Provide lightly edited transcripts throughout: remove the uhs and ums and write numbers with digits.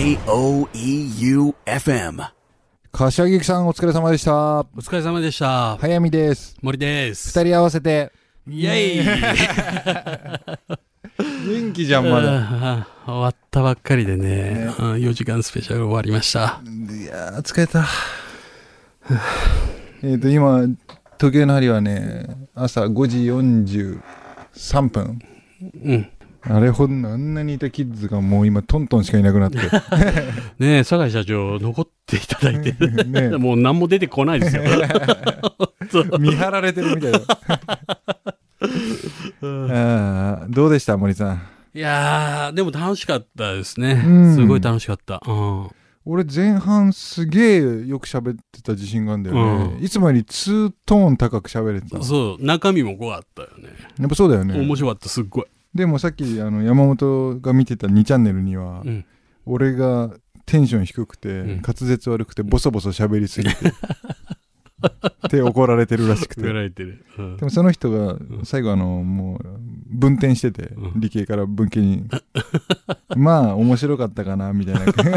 J-O-E-U-F-M 柏木さんお疲れ様でした。 お疲れ様でした。 早見です。 森です。 二人合わせてイエイ元気じゃんまだ。 終わったばっかりでね、4時間スペシャル終わりました。 いやー疲れた。今時計の針はね朝5時43分。 うん。 あれほどあんなにいたキッズがもう今トントンしかいなくなってねえ酒井社長残っていただいてねもう何も出てこないですよ見張られてるみたいなどうでした森さん。 いやーでも楽しかったですね、すごい楽しかった、 俺前半すげえよく喋ってた自信があるんだよね、いつもより2トーン高く喋れてた。 そう中身も濃かったよね。 やっぱそうだよね。 面白かったすっごい。 でもさっき山本が見てた2チャンネルには、俺がテンション低くて、滑舌悪くてボソボソ喋りすぎてって怒られてるらしくて怒られてる、 でもその人が最後もう分転してて、理系から文系にまあ面白かったかなみたいなよか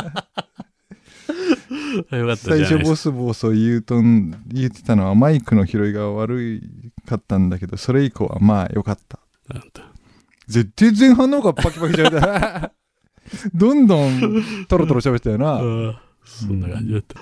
った最初ボソボソ言ってたのはマイクの拾いが悪かったんだけど、それ以降はまあよかった。絶対前半の方がパキパキ喋ったどんどんトロトロ喋ってたよな、 そんな感じだった、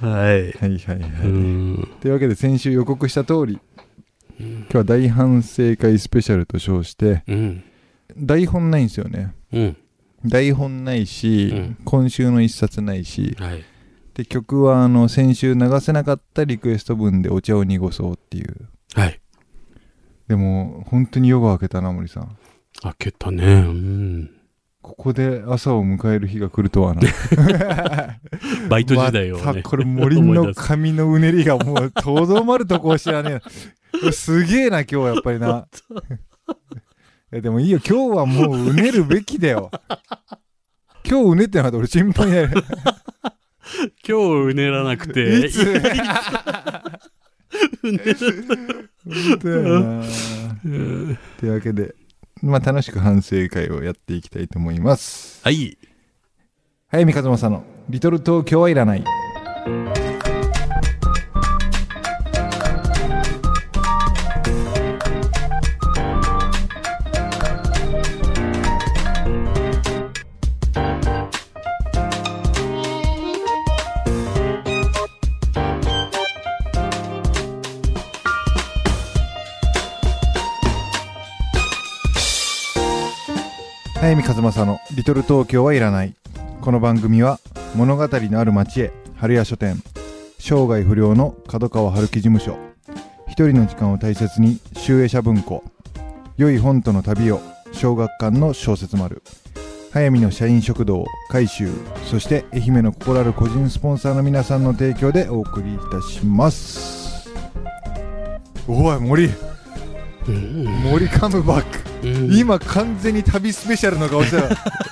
はい、 はいはいはいというわけで先週予告した通り、今日は大反省会スペシャルと称して、台本ないんですよね、台本ないし、今週の一冊ないし、で曲は先週流せなかったリクエスト分でお茶を濁そうっていう。でも本当に夜が明けたな森さん。 明けたね。 ここで朝を迎える日が来るとはなバイト時代をね、 これ森の髪のうねりがもうとどまるとこを知らねえすげえな今日はやっぱりなでもいいよ今日はもううねるべきだよ今日うねってなかったら俺心配になる今日うねらなくていつうねら本当やなというわけで楽しく反省会をやっていきたいと思います。 はい。 早見和正のリトル東京はいらない。早見和正のリトル東京はいらない。この番組は物語のある町へ春屋書店、生涯不良の角川春樹事務所、一人の時間を大切に集英社文庫、良い本との旅を小学館の小説丸、早見の社員食堂改修、そして愛媛の心ある個人スポンサーの皆さんの提供でお送りいたします。おい森カムバック、今完全に旅スペシャルの顔してた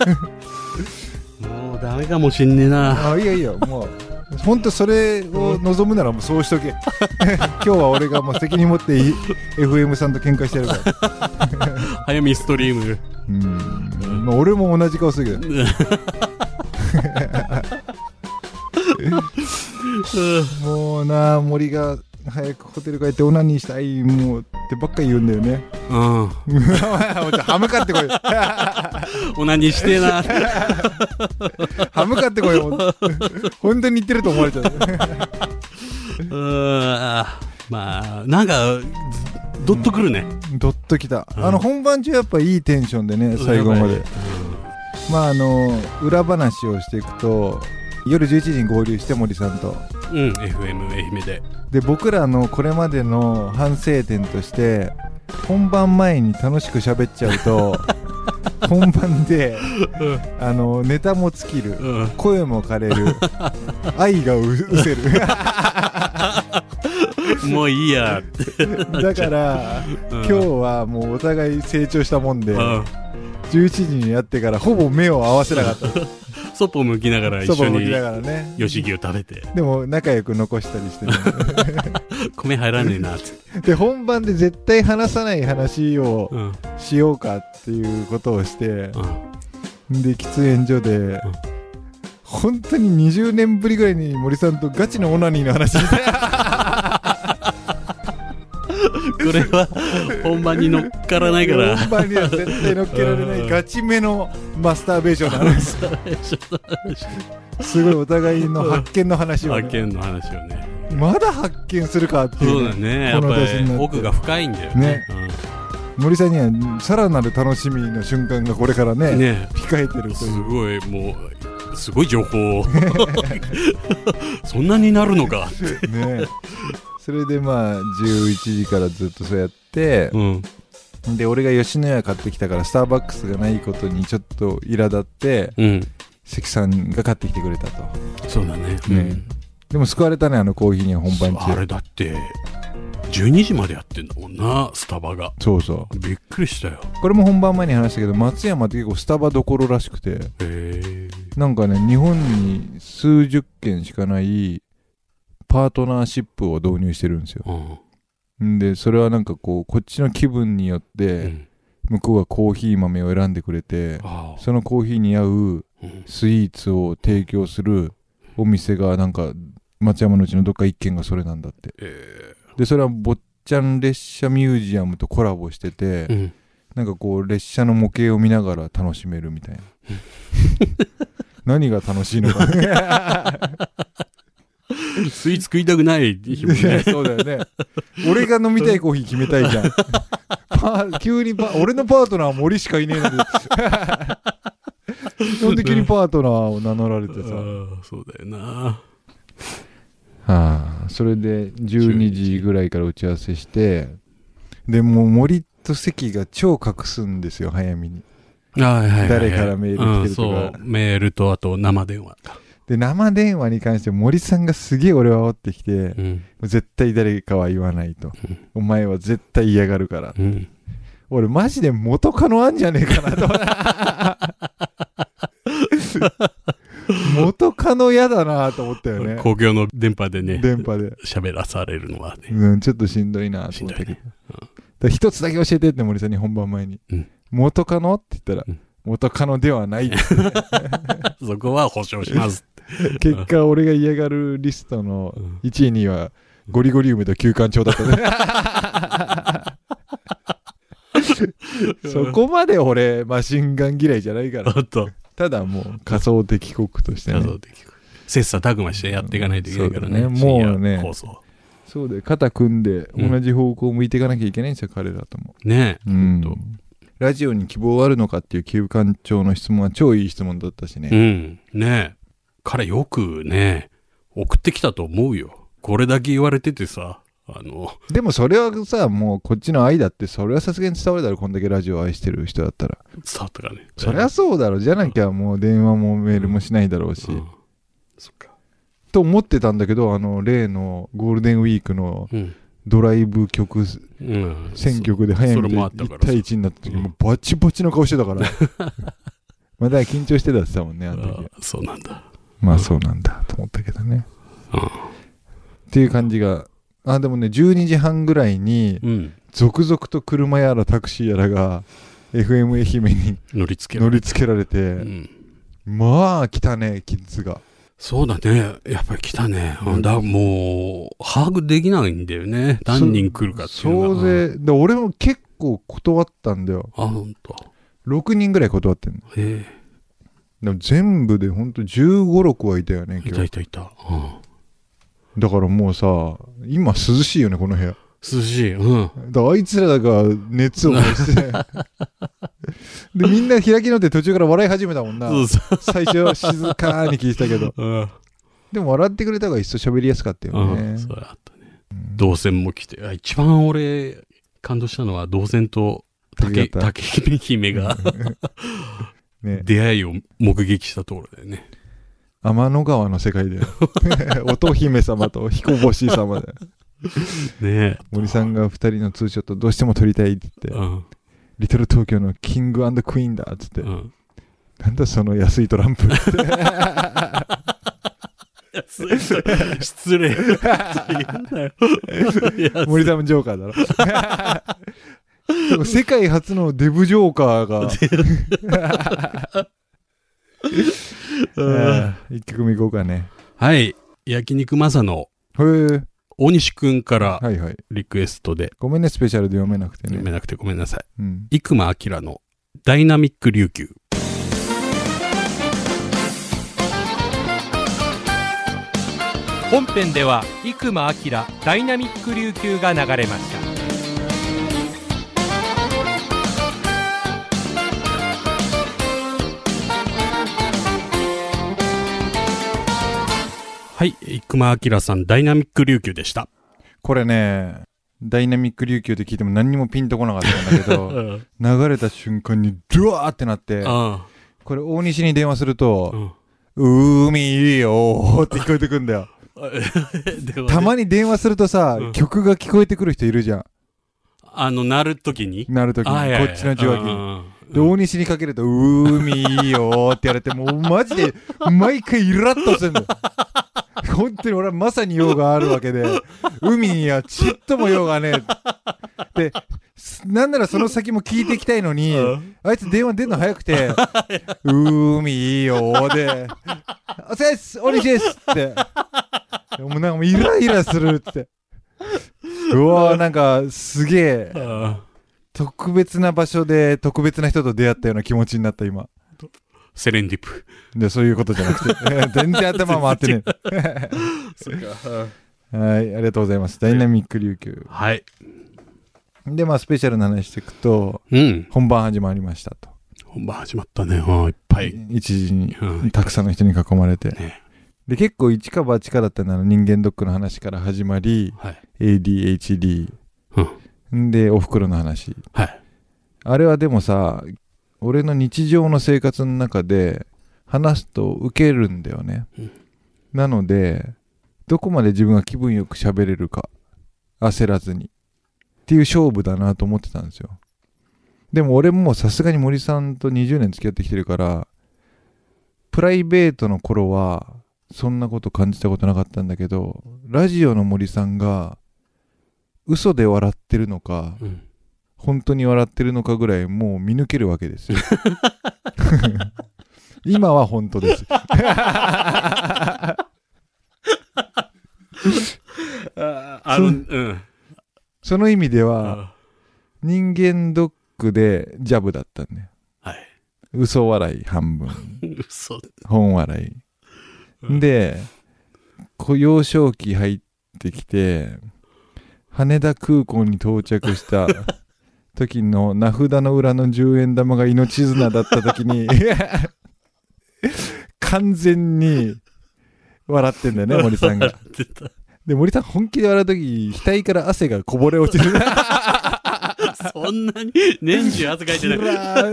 もうダメかもしんねえな。 いいよもうほんとそれを望むならもうそうしとけ今日は俺がもう責任持って FM さんと喧嘩してるから早見ストリーム俺も同じ顔するけどもうな森が早くホテル帰ってオナニーしたいもうってばっかり言うんだよね。歯向かってこいオナニーしてえな歯向かってこい本当に言ってると思われちゃうまあなんかドッとくるね、 ドッときた、本番中やっぱいいテンションでね最後まで、裏話をしていくと夜11時に合流して森さんと FM 愛媛で僕らのこれまでの反省点として本番前に楽しく喋っちゃうと本番でネタも尽きる、声も枯れる愛が失せるもういいやだから、今日はもうお互い成長したもんで、11時にやってからほぼ目を合わせなかったそっぽ向きながら一緒に吉木を食べて、 でも仲良く残したりしてね米入らねえなってで本番で絶対話さない話をしようかっていうことをして、で喫煙所で、 本当に20年ぶりぐらいに森さんとガチのオナニーの話してこれは本番に乗っからないから本番には絶対乗っけられないガチめのマスターベーションの話すごいお互いの発見の話を、ね、 発見の話をねまだ発見するかっていう、 そうだねやっぱり奥が深いんだよね、 森さんにはさらなる楽しみの瞬間がこれからね控えてるというすごいもうすごい情報そんなになるのかってねそれでまあ11時からずっとそうやって、で俺が吉野家買ってきたからスターバックスがないことにちょっと苛立って、関さんが買ってきてくれたと。 そうだね、 でも救われたね、あのコーヒーには本番中。 あれだって12時までやってんだもんな、スタバが。 そうそう、 びっくりしたよ。 これも本番前に話したけど、松山って結構スタバどころらしくて、なんかね、日本に数十件しかないパートナーシップを導入してるんですよ、でそれはなんかこうこっちの気分によって、向こうがコーヒー豆を選んでくれて、そのコーヒーに合うスイーツを提供するお店がなんか松山のうちのどっか一軒がそれなんだって、でそれは坊ちゃん列車ミュージアムとコラボしてて、なんかこう列車の模型を見ながら楽しめるみたいな何が楽しいのかスイーツ食いたくない日もねそうだよね俺が飲みたいコーヒー決めたいじゃん急に俺のパートナーは森しかいねえのに基本的にパートナーを名乗られてさそうだよな。 それで12時ぐらいから打ち合わせして、でもう森と関が超隠すんですよ、早めに。誰からメール来てるとか、 そうメールとあと生電話で生電話に関して森さんがすげえ俺は煽ってきて、絶対誰かは言わないと、お前は絶対嫌がるから、俺マジで元カノあんじゃねえかなと元カノ嫌だなと思ったよね。 公共の電波でね、 電波で喋らされるのはね、 ちょっとしんどいなと思ったけど、一つだけ教えてって森さんに本番前に、元カノって言ったら、元カノではないってそこは保証しますって結果俺が嫌がるリストの1位にはゴリゴリ梅と旧館長だったねそこまで俺マシンガン嫌いじゃないから、ただもう仮想敵国としてね、 切磋琢磨してやっていかないといけないからね、 もうね、そうで肩組んで同じ方向を向いていかなきゃいけないんですよ、彼らともね。 ラジオに希望あるのかっていう旧館長の質問は超いい質問だったしね。 ね、彼よくね送ってきたと思うよ。これだけ言われててさ、 でもそれはさ、もうこっちの愛だって、それはさすがに伝わるだろ、こんだけラジオを愛してる人だったら。 伝わったかね。 そりゃそうだろ、じゃなきゃもう電話もメールもしないだろうし、 そっかと思ってたんだけど、例のゴールデンウィークのドライブ曲、選曲で早見で1対1になった時、もうバチバチの顔してたからまだ緊張してたって言ってたもんね、あの時。 そうなんだ。 まあそうなんだと思ったけどね、っていう感じが。でもね、12時半ぐらいに続々と車やらタクシーやらが FM 愛媛に乗り付けられて、まあ来たね、キッズが。 そうだね、やっぱり来たね。だもう把握できないんだよね、何人来るかっていうのが。 総勢で俺も結構断ったんだよ。 本当。 6人ぐらい断ってんの。でも全部でほんと15、6はいたよね、今日。 いた。 だからもうさ、今涼しいよね、この部屋。 涼しい。 だからあいつらが熱を出してでみんな開き直って途中から笑い始めたもんな。最初は静かに聞いてたけど、でも笑ってくれた方が一層喋りやすかったよね。 そうだったね。動線も来て、一番俺感動したのは動線と竹姫が出会いを目撃したところだよね。 天の川の世界で乙姫様と彦星様でね、 森さんが2人のツーショットどうしても撮りたいって言って、リトル東京のキング&クイーンだっつって、なんだその安いトランプ失礼森さんもジョーカーだろ世界初のデブジョーカーが 1曲目いこうかね。 はい。焼肉マサの大西くんからリクエストで、 ごめんね、スペシャルで読めなくてね。 読めなくてごめんなさい。生間明のダイナミック琉球。 本編では生間明ダイナミック琉球が流れました。 はい、生間明さんダイナミック琉球でした。 これね、ダイナミック琉球って聞いても何にもピンとこなかったんだけど、流れた瞬間にドワーってなって、これ大西に電話すると、海いいよーって聞こえてくんだよ。たまに電話するとさ、曲が聞こえてくる人いるじゃん。 鳴るときにこっちの受話器に。で、大西にかけると、海いいよーって言われて、もうマジで毎回イラッとするんだよ。本当に俺はまさに用があるわけで、海にはちっとも用がねえ。で、なんならその先も聞いていきたいのに、あいつ電話出るの早くて、海いいよーで、お疲れっす、大西ですって。もうなんかイライラするって。うわー、なんかすげえ特別な場所で特別な人と出会ったような気持ちになった今。 セレンディプで、そういうことじゃなくて全然頭回ってねえはい、ありがとうございます。ダイナミック琉球。 はい。 で、まあスペシャルな話していくと、本番始まりましたと。 本番始まったね。いっぱい一時にたくさんの人に囲まれて、で結構一か八かだったの人間ドックの話から始まり、ADHD、でおふくろの話、あれはでもさ、俺の日常の生活の中で話すとウケるんだよね、なのでどこまで自分が気分よく喋れるか焦らずにっていう勝負だなと思ってたんですよ。でも俺もさすがに森さんと20年付き合ってきてるから、プライベートの頃はそんなこと感じたことなかったんだけど、ラジオの森さんが嘘で笑ってるのか、本当に笑ってるのかぐらいもう見抜けるわけですよ今は本当ですその意味では人間ドックでジャブだったんね、嘘笑い半分本笑い、で幼少期入ってきて羽田空港に到着した時の名札の裏の10円玉が命綱だった時に完全に笑ってんだよね森さんが。で森さん本気で笑う時額から汗がこぼれ落ちるそんなに年中汗かいてない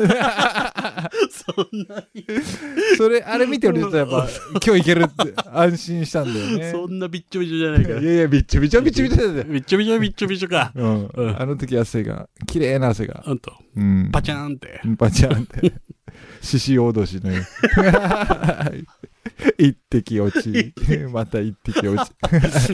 そんなにそれあれ見てるとやっぱ今日いけるって安心したんだよね。 そんなびっちょびちょじゃないから。 いやいやびっちょびちょびっちょびちょだよ。 びっちょびちょびっちょびちょか。 あの時汗が綺麗な汗がパチャーンってパチャーンって獅子おどしのよ一滴落ちまた一滴落ち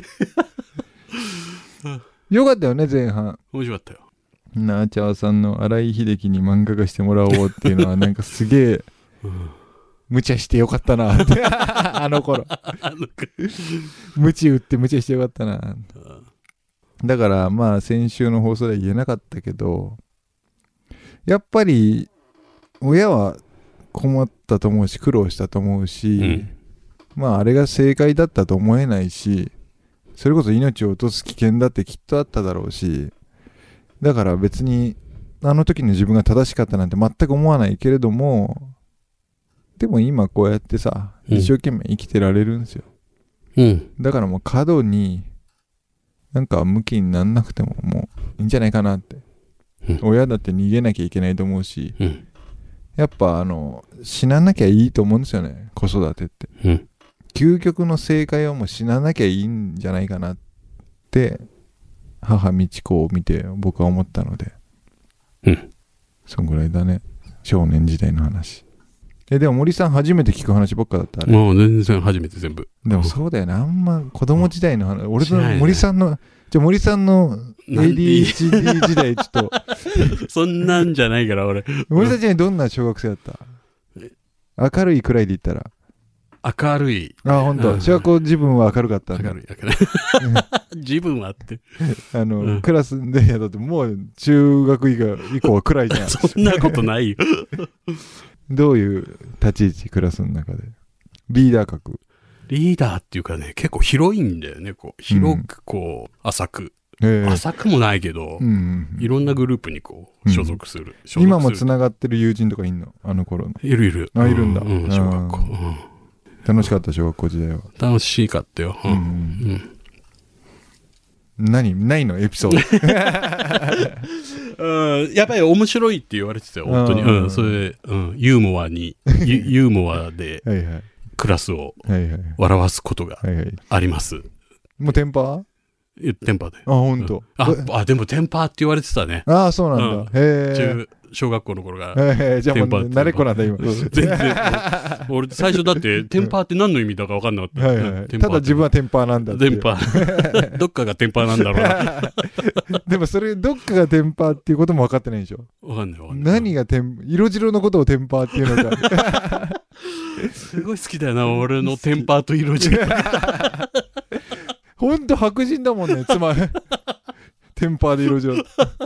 よかったよね前半。 面白かったよ。 なあちゃわさんの新井秀樹に漫画化してもらおうっていうのはなんかすげえ無茶してよかったなってあの頃無知打って無茶してよかったな。だからまあ先週の放送では言えなかったけど、やっぱり親は困ったと思うし苦労したと思うし、まああれが正解だったと思えないし、それこそ命を落とす危険だってきっとあっただろうし、だから別にあの時の自分が正しかったなんて全く思わないけれども、でも今こうやってさ一生懸命生きてられるんですよ、だからもう過度になんか向きになんなくてももういいんじゃないかなって、親だって逃げなきゃいけないと思うし、やっぱ死ななきゃいいと思うんですよね子育てって、究極の正解はもう死ななきゃいいんじゃないかなって母美智子を見て僕は思ったので、そんぐらいだね少年時代の話。でも森さん初めて聞く話ばっかだった。 もう全然初めて全部。 でもそうだよね、あんま子供時代の話、俺と森さんの森さんの ADHD 時代ちょっとそんなんじゃないから俺。 森さんちにどんな小学生だった？明るいくらいで言ったら明るい。 あ、ほんと。小学校自分は明るかったんだ。 明るい。自分はって。 クラスで、だってもう中学以降は暗いじゃん。 そんなことないよ。 どういう立ち位置、クラスの中で。リーダー格。 リーダーっていうかね、結構広いんだよね。こう広くこう、浅く。浅くもないけど、いろんなグループにこう、所属する。 今もつながってる友人とかいんの？あの頃の。 いるいる。 あ、いるんだ。 小学校。 楽しかった、小学校時代は。 楽しかったよ。 ないのエピソード。やっぱり面白いって言われてたよ、本当に。それで、ユーモアで、クラスを笑わすことがあります。 もうテンパーで。 あ、ほんと。 でもテンパーって言われてたね。 ああ、そうなんだ。 小学校の頃が。 じゃあもう慣れっこなんだ、今。 全然。俺、最初だって、テンパーって何の意味だか分かんなかった。 ただ自分はテンパーなんだって。 テンパー。どっかがテンパーなんだろうな。 でもそれ、どっかがテンパーっていうことも分かってないでしょ。 分かんない。 何が色白のことをテンパーっていうのか。 すごい好きだよな、俺のテンパーと色白。 ほんと白人だもんね、妻。テンパーで色白。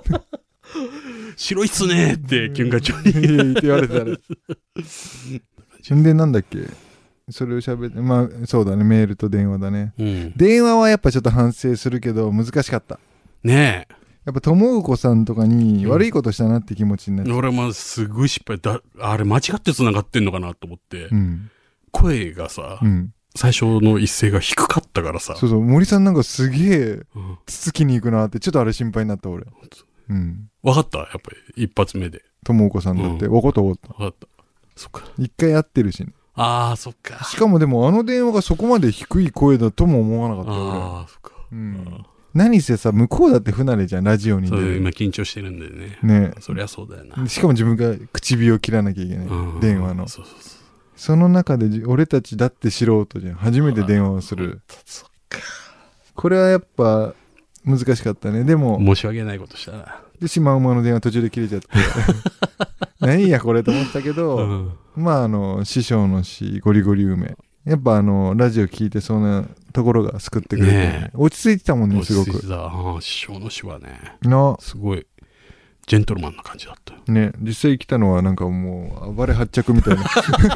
白いっすねってキュンガチョに言われてたね。でなんだっけ、それを喋って、まあそうだね、メールと電話だね。電話はやっぱちょっと反省するけど難しかったねえ。 やっぱ友子さんとかに悪いことしたなって気持ちになって、 俺もすごい失敗だ。あれ間違って繋がってんのかなと思って、声がさ、最初の一声が低かったからさ。 そうそう、森さんなんかすげえつつきに行くなってちょっとあれ心配になった俺。 分かった、やっぱり一発目で友子さんだって、分かった。 そっか、 一回会ってるし、ね、 ああそっか。 しかもでもあの電話がそこまで低い声だとも思わなかった俺。 ああそっか、 何せさ、向こうだって不慣れじゃん、ラジオに。 そう、今緊張してるんだよね。 ね、 そりゃそうだよな。 しかも自分が唇を切らなきゃいけない、電話の。その中で俺たちだって素人じゃん、初めて電話をする。これはやっぱ難しかったね。でも申し訳ないことしたな。 でシマウマの電話途中で切れちゃって何やこれと思ったけど、まあ師匠の詩ゴリゴリ梅、やっぱラジオ聞いてそうなところが救ってくれて、ね、落ち着いてたもんね、すごく。 師匠の詩はね、すごいジェントルマンな感じだったよね。実際来たのはなんかもう暴れ発着みたいな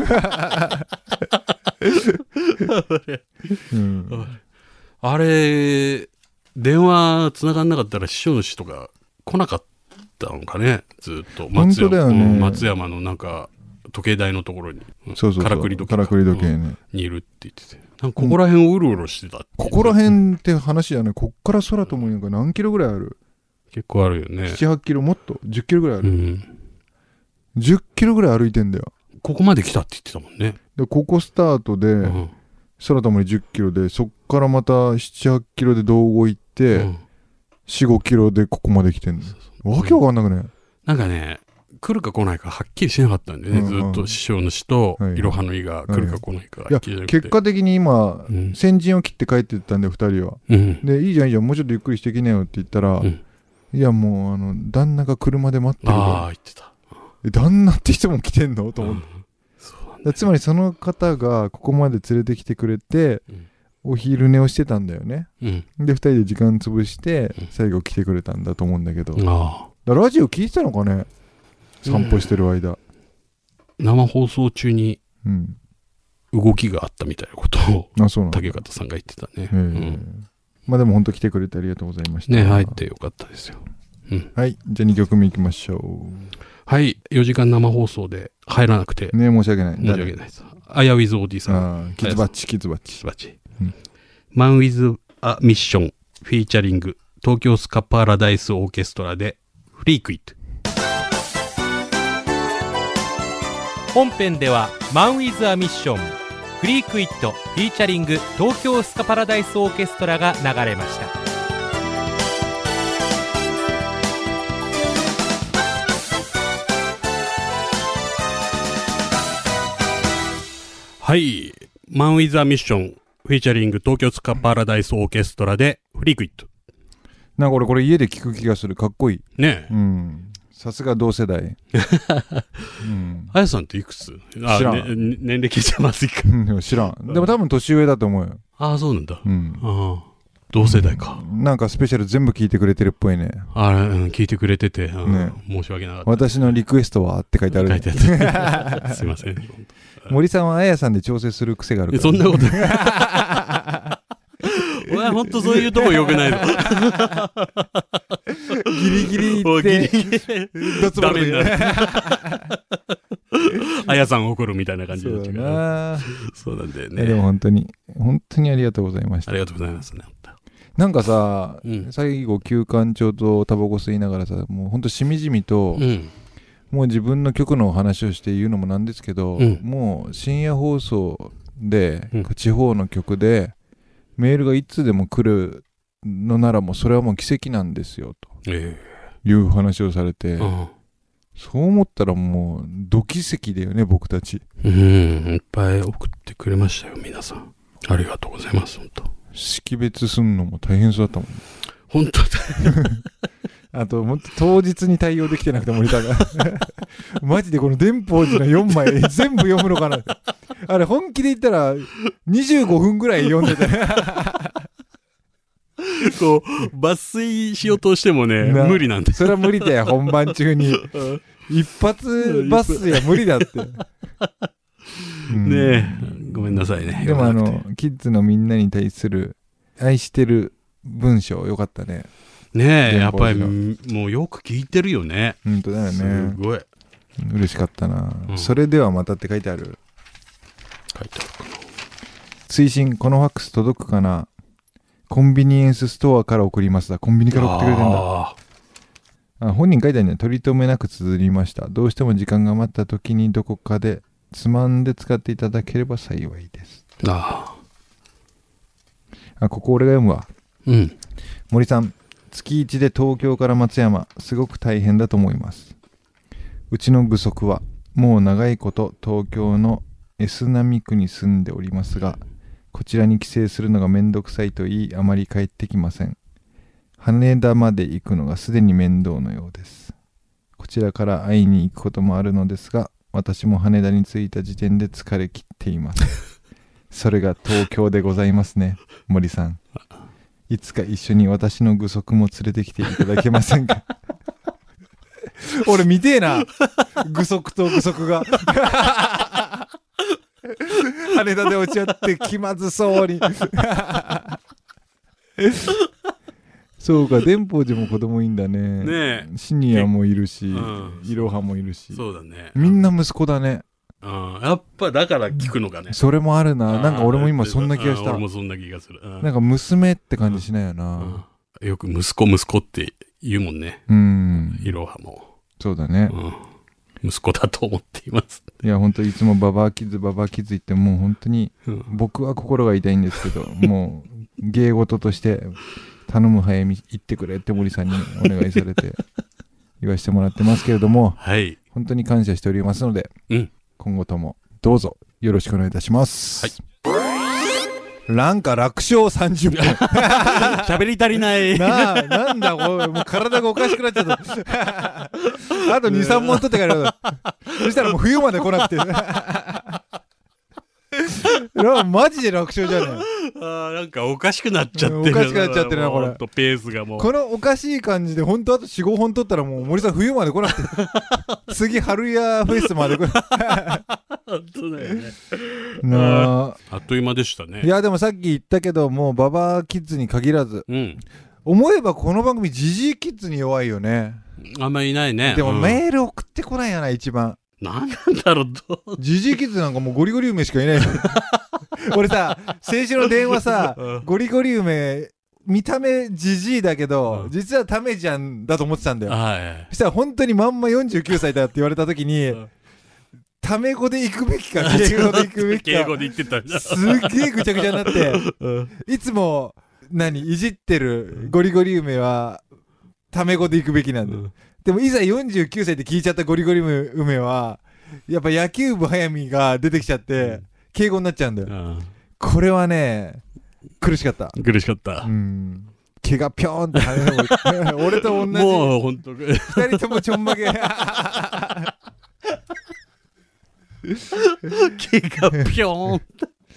あれ電話繋がんなかったら師匠の詩とか来なかったのかね、ずっと。 本当だよね。 松山のなんか時計台のところに、 からくり時計ね、 にいるって言ってて、なんかここら辺をうろうろしてたって。 ここら辺って話じゃない。こっから空ともにか何キロぐらいある？ 結構あるよね。 7、8キロ、もっと10キロぐらいある。10キロぐらい歩いてんだよ。 ここまで来たって言ってたもんね。 でここスタートで、空ともに10キロで、そっからまた7、8キロで道後行って、4、5キロでここまで来てんの。わけわかんなくね。 なんかね、来るか来ないかはっきりしなかったんでね、ずっと師匠の詩といろはの意が来るか来ないか。 いや、結果的に今、先陣を切って帰ってったんで、2人は。で、いいじゃん、もうちょっとゆっくりしてきなよって言ったら、いや、もう、旦那が車で待ってるから。 ああ、言ってた。 旦那って人も来てんのと思って。つまりその方がここまで連れてきてくれて、お昼寝をしてたんだよね。で、2人で時間潰して、最後来てくれたんだと思うんだけど。ラジオ聞いてたのかね、散歩してる間。 生放送中に動きがあったみたいなことを竹方さんが言ってたね。 まあでも本当来てくれてありがとうございました。 ね、入ってよかったですよ。 はい、じゃあ2曲目いきましょう。 はい、4時間生放送で入らなくて。 ね、申し訳ない。 申し訳ないです。あやウィズオーディさん。 キズバッチ。 マンウィズアミッションフィーチャリング東京スカパラダイスオーケストラでフリークイット。 本編ではマンウィズアミッションフリークイットフィーチャリング東京スカパラダイスオーケストラが流れました。 はい、マンウィズアミッションフィーチャリング東京スカパラダイスオーケストラでフリークイット。 なんか俺これ家で聴く気がする。かっこいいね。 さすが同世代。 あやさんっていくつ？ 知らん。 年齢聞いちゃまずいか。 知らん。でも多分年上だと思うよ。 ああ、そうなんだ。同世代か。 なんかスペシャル全部聞いてくれてるっぽいね。 聞いてくれてて、申し訳なかった。 私のリクエストはって書いてある。 書いてあった。すいません。 森さんはあやさんで調整する癖があるから。 そんなことない。俺は本当そういうとこ良くないの。 ギリギリ言ってダメになる。あやさん怒るみたいな感じになっちゃうから。そうなんだよね。 でも本当にありがとうございました。 ありがとうございますね。 なんかさ、最後休館長とタバコ吸いながらさ、もう本当しみじみと、もう自分の曲の話をして言うのもなんですけど、もう深夜放送で、地方の曲でメールがいつでも来るのならもうそれはもう奇跡なんですよという話をされて、そう思ったらもうド奇跡だよね、僕たち。 いっぱい送ってくれましたよ、皆さん。ありがとうございます。本当識別すんのも大変そうだったもんね。 本当だ。 あと当日に対応できてなくて森田がマジでこの電報寺の4枚全部読むのかな。あれ本気で言ったら25分ぐらい読んでてこう抜粋しようとしてもね無理なんで。 それは無理だよ、本番中に一発抜粋は無理だってねえ、ごめんなさいね。 でもキッズのみんなに対する愛してる文章よかったね。 ねえ、やっぱりもうよく聞いてるよね。 本当だよね。 すごい嬉しかったな、それではまたって書いてある。 書いてあるかな。 追伸、このファックス届くかな。コンビニエンスストアから送りますだ。コンビニから送ってくれてんだ。本人書いてあるね。取り留めなく綴りました。どうしても時間が余った時にどこかでつまんで使っていただければ幸いです。ここ俺が読むわ。森さん、月1で東京から松山、すごく大変だと思います。うちの具足はもう長いこと東京の S 並区に住んでおりますが、こちらに帰省するのがめんどくさいと言い、あまり帰ってきません。羽田まで行くのがすでに面倒のようです。こちらから会いに行くこともあるのですが、私も羽田に着いた時点で疲れ切っています。それが東京でございますね、森さん。いつか一緒に私の具足も連れてきていただけませんか。俺見てえな、具足と具足が羽田で落ち合って気まずそうにそうか、電報寺も子供いいんだね。 ねえ、 シニアもいるし、いろはもいるし。 そうだね。 みんな息子だね。 やっぱだから聞くのかね。 それもあるな。なんか俺も今そんな気がした。 俺もそんな気がする。 なんか娘って感じしないよな。 よく息子って言うもんね。いろはも。 そうだね。 息子だと思っています。 いや本当いつもババアキッズ言ってもう本当に僕は心が痛いんですけど、もう芸事として頼む早見行ってくれって森さんにお願いされて言わせてもらってますけれども、 はい、 本当に感謝しておりますので、今後ともどうぞよろしくお願いいたします。なんか楽勝30分喋り足りないなんだこれ、もう体がおかしくなっちゃったあと 2,3 問取ってからそしたらもう冬まで来なくてマジで楽勝じゃねえ。 なんかおかしくなっちゃってる。 おかしくなっちゃってるなこれ。 ペースがもうこのおかしい感じで本当あと 4,5 本取ったらもう森さん冬まで来なくて次春屋フェスまで来な本当だよね。あっという間でしたね。 いやでもさっき言ったけど、もうババアキッズに限らず、思えばこの番組ジジイキッズに弱いよね。 あんまりいないね。 でもメール送ってこないよな、一番。 なんだろう、 ジジイキッズなんかもうゴリゴリ梅しかいない俺さ、先週の電話さ、ゴリゴリ梅見た目ジジイだけど、実はタメちゃんだと思ってたんだよ。そしたら本当にまんま49歳だって言われた時に、タメ語で行くべきか敬語で行くべきか敬語で言ってたんだ。 すっげえぐちゃぐちゃになっていつもいじってるゴリゴリ梅はタメ語で行くべきなんだよ。でもいざ49歳で聞いちゃったゴリゴリ梅はやっぱ野球部早見が出てきちゃって敬語になっちゃうんだよ。これはね苦しかった。 毛がぴょーんって跳ねる俺と同じ。 もうほんと二人ともちょんまげ毛がぴょーん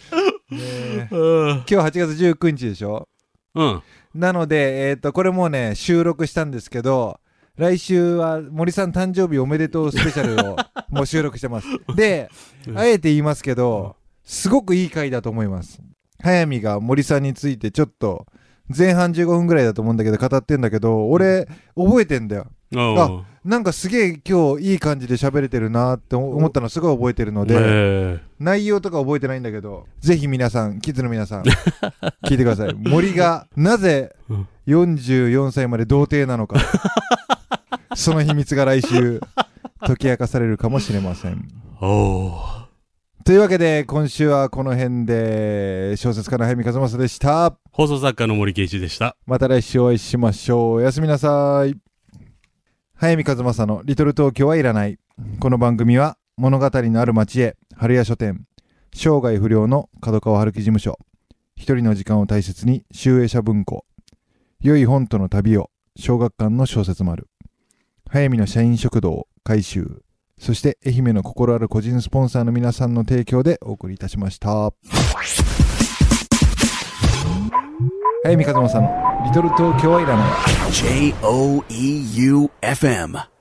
今日8月19日でしょ。 うん。 なので、これもうね収録したんですけど、来週は森さん誕生日おめでとうスペシャルをもう収録してます。で、あえて言いますけど、すごくいい回だと思います。早見が森さんについてちょっと前半15分ぐらいだと思うんだけど語ってんだけど、俺覚えてんだよ。あ、なんかすげえ今日いい感じで喋れてるなって思ったのすごい覚えてるので、内容とか覚えてないんだけど、ぜひ皆さん、キッズの皆さん聞いてください。森がなぜ44歳まで童貞なのかその秘密が来週解き明かされるかもしれません。というわけで今週はこの辺で、小説家の早見和正でした。 放送作家の森圭一でした。 また来週お会いしましょう。おやすみなさい。早見和正のリトル東京はいらない。この番組は物語のある町へ、春屋書店、生涯不良の角川春樹事務所、一人の時間を大切に集英社文庫、良い本との旅を小学館の小説丸、早見の社員食堂改修、そして愛媛の心ある個人スポンサーの皆さんの提供でお送りいたしました。早見和正のリトル東京はいらない。 JOEUFM